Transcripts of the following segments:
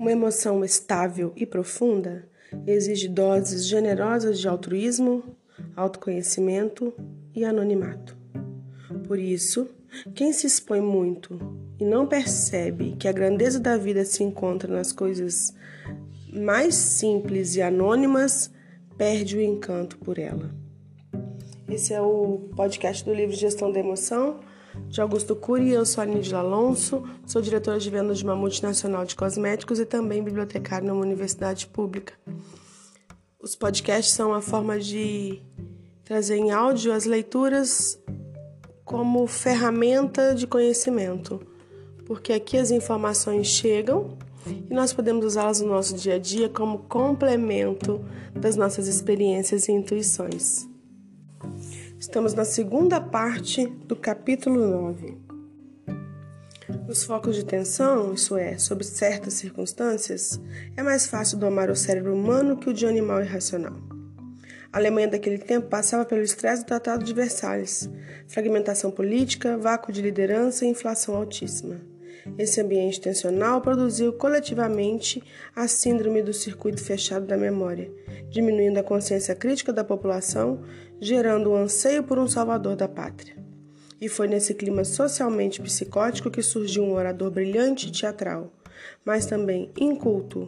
Uma emoção estável e profunda exige doses generosas de altruísmo, autoconhecimento e anonimato. Por isso, quem se expõe muito e não percebe que a grandeza da vida se encontra nas coisas mais simples e anônimas, perde o encanto por ela. Esse é o podcast do livro Gestão da Emoção, de Augusto Cury. Eu sou a Nídila Alonso, sou diretora de vendas de uma multinacional de cosméticos e também bibliotecária numa universidade pública. Os podcasts são uma forma de trazer em áudio as leituras como ferramenta de conhecimento, porque aqui as informações chegam e nós podemos usá-las no nosso dia a dia como complemento das nossas experiências e intuições. Estamos na segunda parte do capítulo 9. Nos focos de tensão, isso é, sobre certas circunstâncias, é mais fácil domar o cérebro humano que o de um animal irracional. A Alemanha daquele tempo passava pelo estresse do Tratado de Versalhes, fragmentação política, vácuo de liderança e inflação altíssima. Esse ambiente tensional produziu coletivamente a síndrome do circuito fechado da memória, diminuindo a consciência crítica da população, gerando o anseio por um salvador da pátria. E foi nesse clima socialmente psicótico que surgiu um orador brilhante e teatral, mas também inculto,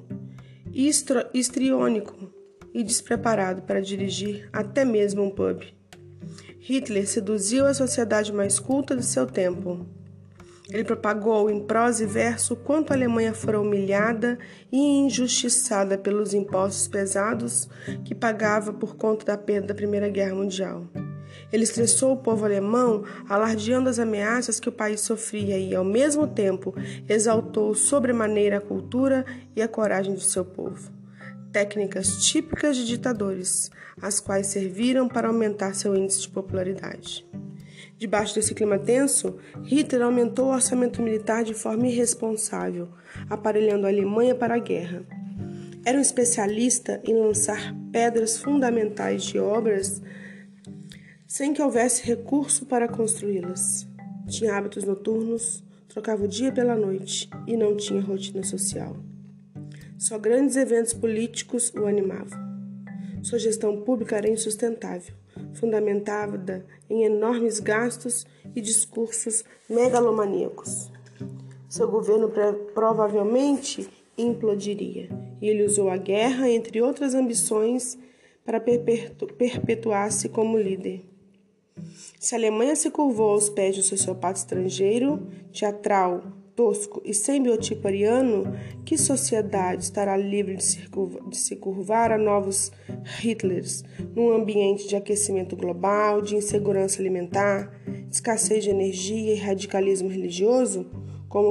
histriônico e despreparado para dirigir até mesmo um pub. Hitler seduziu a sociedade mais culta de seu tempo. Ele propagou em prosa e verso quanto a Alemanha fora humilhada e injustiçada pelos impostos pesados que pagava por conta da perda da Primeira Guerra Mundial. Ele estressou o povo alemão, alardeando as ameaças que o país sofria e, ao mesmo tempo, exaltou sobremaneira a cultura e a coragem de seu povo. Técnicas típicas de ditadores, as quais serviram para aumentar seu índice de popularidade. Debaixo desse clima tenso, Hitler aumentou o orçamento militar de forma irresponsável, aparelhando a Alemanha para a guerra. Era um especialista em lançar pedras fundamentais de obras sem que houvesse recurso para construí-las. Tinha hábitos noturnos, trocava o dia pela noite e não tinha rotina social. Só grandes eventos políticos o animavam. Sua gestão pública era insustentável, fundamentada em enormes gastos e discursos megalomaníacos. Seu governo provavelmente implodiria, e ele usou a guerra, entre outras ambições, para perpetuar-se como líder. Se a Alemanha se curvou aos pés de um sociopata estrangeiro, teatral, tosco e sem biotipo ariano, que sociedade estará livre de se curvar a novos Hitlers num ambiente de aquecimento global, de insegurança alimentar, escassez de energia e radicalismo religioso, como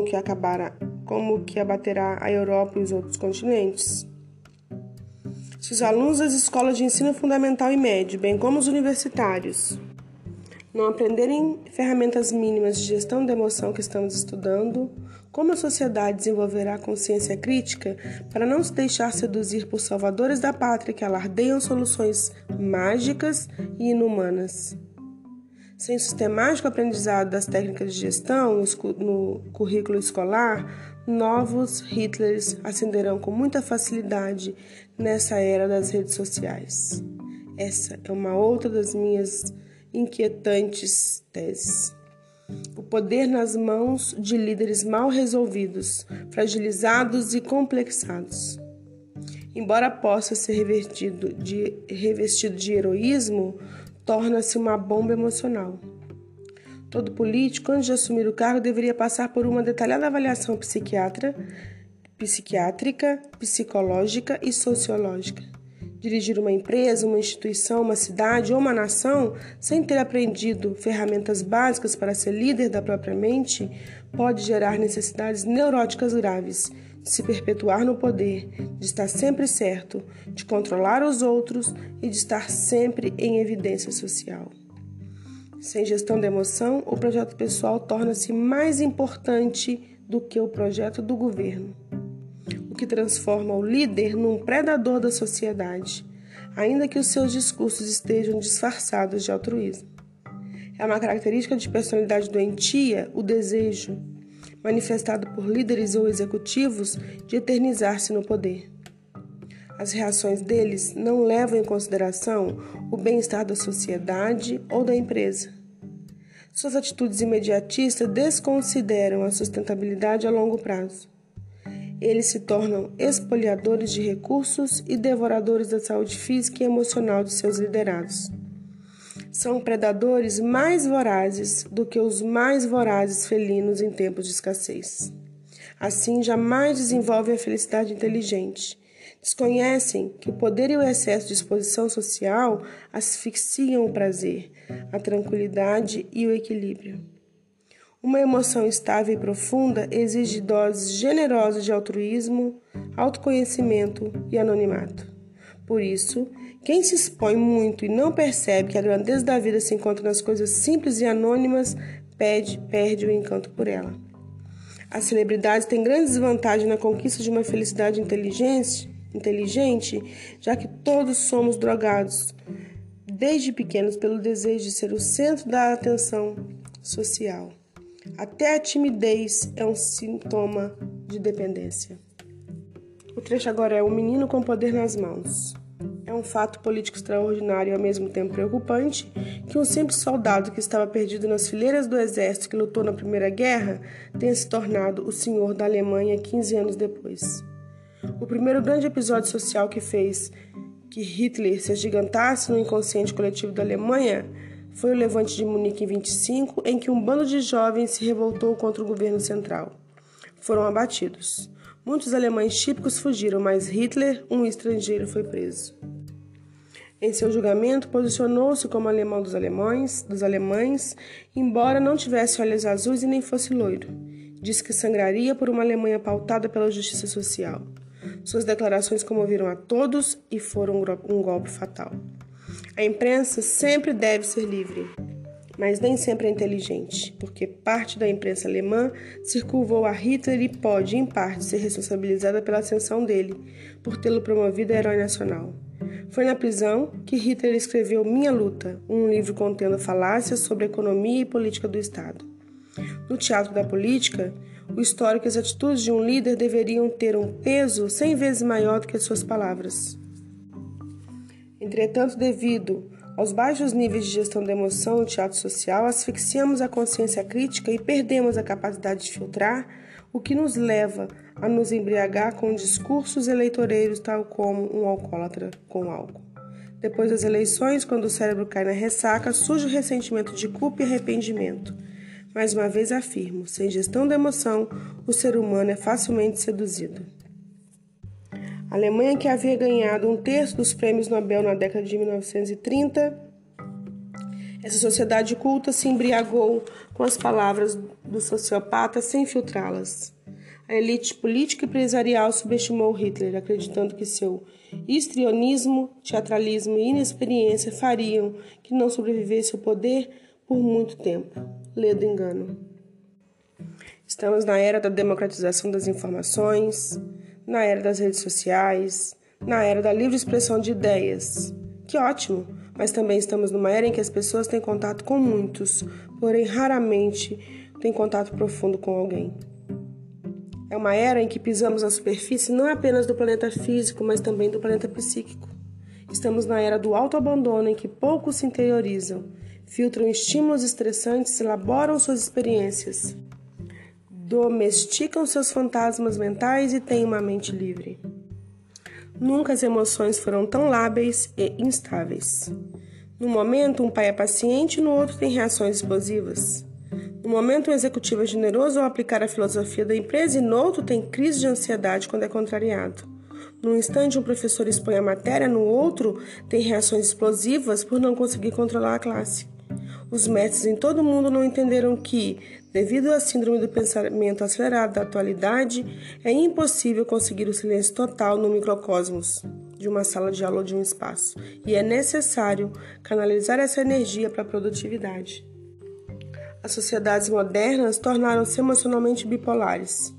que abaterá a Europa e os outros continentes? Se os alunos das escolas de ensino fundamental e médio, bem como os universitários, não aprenderem ferramentas mínimas de gestão da emoção que estamos estudando, como a sociedade desenvolverá a consciência crítica para não se deixar seduzir por salvadores da pátria que alardeiam soluções mágicas e inumanas? Sem sistemático aprendizado das técnicas de gestão no currículo escolar, novos Hitlers ascenderão com muita facilidade nessa era das redes sociais. Essa é uma outra das minhas inquietantes teses. O poder nas mãos de líderes mal resolvidos, fragilizados e complexados. Embora possa ser revestido de heroísmo, torna-se uma bomba emocional. Todo político, antes de assumir o cargo, deveria passar por uma detalhada avaliação psiquiátrica, psicológica e sociológica. Dirigir uma empresa, uma instituição, uma cidade ou uma nação sem ter aprendido ferramentas básicas para ser líder da própria mente pode gerar necessidades neuróticas graves, de se perpetuar no poder, de estar sempre certo, de controlar os outros e de estar sempre em evidência social. Sem gestão da emoção, o projeto pessoal torna-se mais importante do que o projeto do governo, o que transforma o líder num predador da sociedade, ainda que os seus discursos estejam disfarçados de altruísmo. É uma característica de personalidade doentia o desejo, manifestado por líderes ou executivos de eternizar-se no poder. As reações deles não levam em consideração o bem-estar da sociedade ou da empresa. Suas atitudes imediatistas desconsideram a sustentabilidade a longo prazo. Eles se tornam espoliadores de recursos e devoradores da saúde física e emocional de seus liderados. São predadores mais vorazes do que os mais vorazes felinos em tempos de escassez. Assim, jamais desenvolvem a felicidade inteligente. Desconhecem que o poder e o excesso de exposição social asfixiam o prazer, a tranquilidade e o equilíbrio. Uma emoção estável e profunda exige doses generosas de altruísmo, autoconhecimento e anonimato. Por isso, quem se expõe muito e não percebe que a grandeza da vida se encontra nas coisas simples e anônimas, perde o encanto por ela. As celebridades têm grande desvantagem na conquista de uma felicidade inteligente, já que todos somos drogados, desde pequenos, pelo desejo de ser o centro da atenção social. Até a timidez é um sintoma de dependência. O trecho agora é O Menino com Poder nas Mãos. É um fato político extraordinário e ao mesmo tempo preocupante que um simples soldado que estava perdido nas fileiras do exército que lutou na Primeira Guerra tenha se tornado o senhor da Alemanha 15 anos depois. O primeiro grande episódio social que fez que Hitler se agigantasse no inconsciente coletivo da Alemanha foi o Levante de Munique em 25, em que um bando de jovens se revoltou contra o governo central. Foram abatidos. Muitos alemães típicos fugiram, mas Hitler, um estrangeiro, foi preso. Em seu julgamento, posicionou-se como alemão dos alemães, embora não tivesse olhos azuis e nem fosse loiro. Disse que sangraria por uma Alemanha pautada pela justiça social. Suas declarações comoveram a todos e foram um golpe fatal. A imprensa sempre deve ser livre, mas nem sempre é inteligente, porque parte da imprensa alemã circunvou a Hitler e pode, em parte, ser responsabilizada pela ascensão dele, por tê-lo promovido a herói nacional. Foi na prisão que Hitler escreveu Minha Luta, um livro contendo falácias sobre a economia e política do Estado. No teatro da política, o histórico e as atitudes de um líder deveriam ter um peso 100 vezes maior do que as suas palavras. Entretanto, devido aos baixos níveis de gestão da emoção no teatro social, asfixiamos a consciência crítica e perdemos a capacidade de filtrar, o que nos leva a nos embriagar com discursos eleitoreiros tal como um alcoólatra com álcool. Depois das eleições, quando o cérebro cai na ressaca, surge o ressentimento de culpa e arrependimento. Mais uma vez afirmo, sem gestão da emoção, o ser humano é facilmente seduzido. A Alemanha, que havia ganhado 1/3 dos prêmios Nobel na década de 1930, essa sociedade culta se embriagou com as palavras do sociopata sem filtrá-las. A elite política e empresarial subestimou Hitler, acreditando que seu histrionismo, teatralismo e inexperiência fariam que não sobrevivesse ao poder por muito tempo. Lê do engano. Estamos na era da democratização das informações, na era das redes sociais, na era da livre expressão de ideias. Que ótimo! Mas também estamos numa era em que as pessoas têm contato com muitos, porém raramente têm contato profundo com alguém. É uma era em que pisamos na superfície não apenas do planeta físico, mas também do planeta psíquico. Estamos na era do autoabandono em que poucos se interiorizam, filtram estímulos estressantes, elaboram suas experiências, domesticam seus fantasmas mentais e têm uma mente livre. Nunca as emoções foram tão lábeis e instáveis. No momento, um pai é paciente e no outro tem reações explosivas. No momento, um executivo é generoso ao aplicar a filosofia da empresa e no outro tem crise de ansiedade quando é contrariado. Num instante, um professor expõe a matéria, no outro tem reações explosivas por não conseguir controlar a classe. Os mestres em todo o mundo não entenderam que, devido à síndrome do pensamento acelerado da atualidade, é impossível conseguir o silêncio total no microcosmos de uma sala de aula ou de um espaço, e é necessário canalizar essa energia para a produtividade. As sociedades modernas tornaram-se emocionalmente bipolares.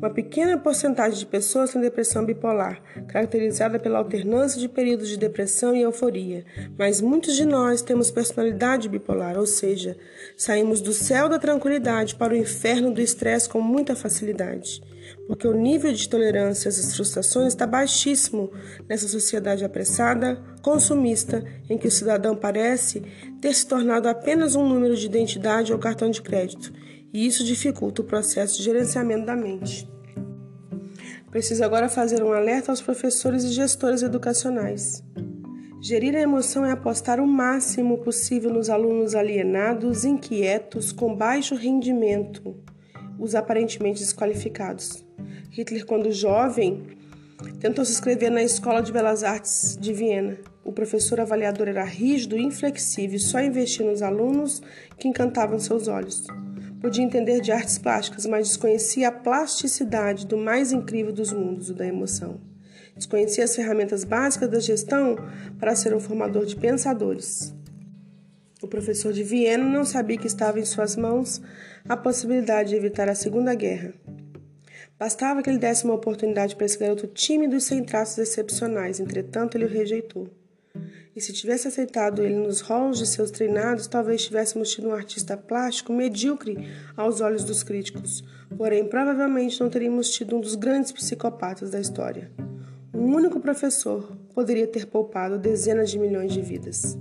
Uma pequena porcentagem de pessoas tem depressão bipolar, caracterizada pela alternância de períodos de depressão e euforia, mas muitos de nós temos personalidade bipolar, ou seja, saímos do céu da tranquilidade para o inferno do estresse com muita facilidade, porque o nível de tolerância às frustrações está baixíssimo nessa sociedade apressada, consumista, em que o cidadão parece ter se tornado apenas um número de identidade ou cartão de crédito, e isso dificulta o processo de gerenciamento da mente. Preciso agora fazer um alerta aos professores e gestores educacionais. Gerir a emoção é apostar o máximo possível nos alunos alienados, inquietos, com baixo rendimento, os aparentemente desqualificados. Hitler, quando jovem, tentou se inscrever na Escola de Belas Artes de Viena. O professor avaliador era rígido e inflexível, só investia nos alunos que encantavam seus olhos. Podia entender de artes plásticas, mas desconhecia a plasticidade do mais incrível dos mundos, o da emoção. Desconhecia as ferramentas básicas da gestão para ser um formador de pensadores. O professor de Viena não sabia que estava em suas mãos a possibilidade de evitar a Segunda Guerra. Bastava que ele desse uma oportunidade para esse garoto tímido e sem traços excepcionais, entretanto ele o rejeitou. E se tivesse aceitado ele nos halls de seus treinados, talvez tivéssemos tido um artista plástico medíocre aos olhos dos críticos. Porém, provavelmente não teríamos tido um dos grandes psicopatas da história. Um único professor poderia ter poupado dezenas de milhões de vidas.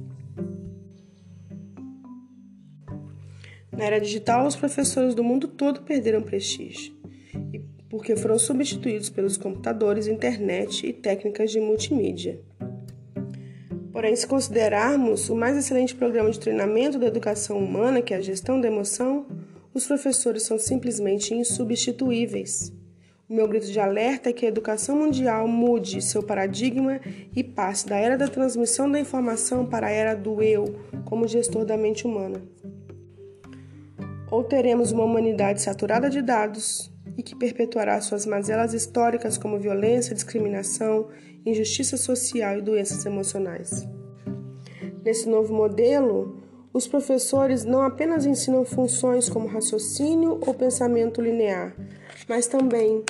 Na era digital, os professores do mundo todo perderam prestígio, porque foram substituídos pelos computadores, internet e técnicas de multimídia. Porém, se considerarmos o mais excelente programa de treinamento da educação humana, que é a gestão da emoção, os professores são simplesmente insubstituíveis. O meu grito de alerta é que a educação mundial mude seu paradigma e passe da era da transmissão da informação para a era do eu, como gestor da mente humana. Ou teremos uma humanidade saturada de dados e que perpetuará suas mazelas históricas como violência, discriminação, injustiça social e doenças emocionais. Nesse novo modelo, os professores não apenas ensinam funções como raciocínio ou pensamento linear, mas também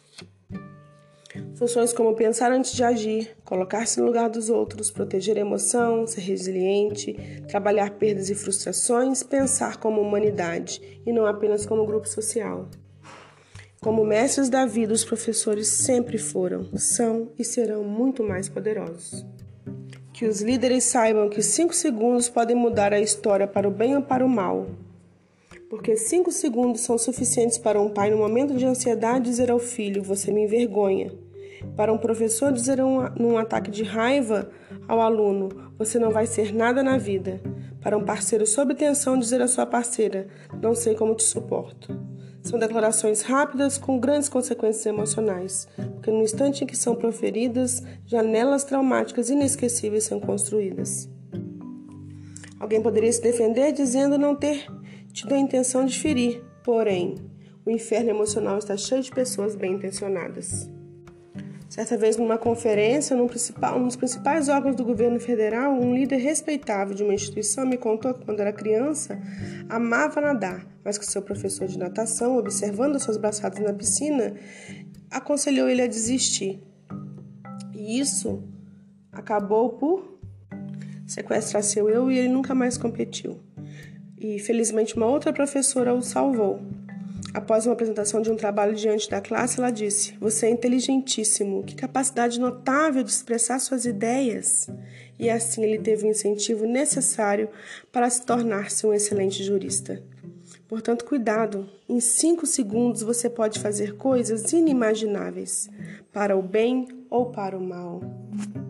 funções como pensar antes de agir, colocar-se no lugar dos outros, proteger a emoção, ser resiliente, trabalhar perdas e frustrações, pensar como humanidade e não apenas como grupo social. Como mestres da vida, os professores sempre foram, são e serão muito mais poderosos. Que os líderes saibam que 5 segundos podem mudar a história para o bem ou para o mal. Porque 5 segundos são suficientes para um pai, no momento de ansiedade, dizer ao filho, você me envergonha. Para um professor dizer num ataque de raiva ao aluno, você não vai ser nada na vida. Para um parceiro sob tensão dizer à sua parceira, não sei como te suporto. São declarações rápidas com grandes consequências emocionais, porque no instante em que são proferidas, janelas traumáticas inesquecíveis são construídas. Alguém poderia se defender dizendo não ter tido a intenção de ferir, porém, o inferno emocional está cheio de pessoas bem-intencionadas. Certa vez, numa conferência, um dos principais órgãos do governo federal, um líder respeitável de uma instituição me contou que, quando era criança, amava nadar, mas que seu professor de natação, observando suas braçadas na piscina, aconselhou ele a desistir. E isso acabou por sequestrar seu eu e ele nunca mais competiu. E, felizmente, uma outra professora o salvou. Após uma apresentação de um trabalho diante da classe, ela disse, você é inteligentíssimo, que capacidade notável de expressar suas ideias. E assim ele teve o incentivo necessário para se tornar-se um excelente jurista. Portanto, cuidado, em 5 segundos você pode fazer coisas inimagináveis, para o bem ou para o mal.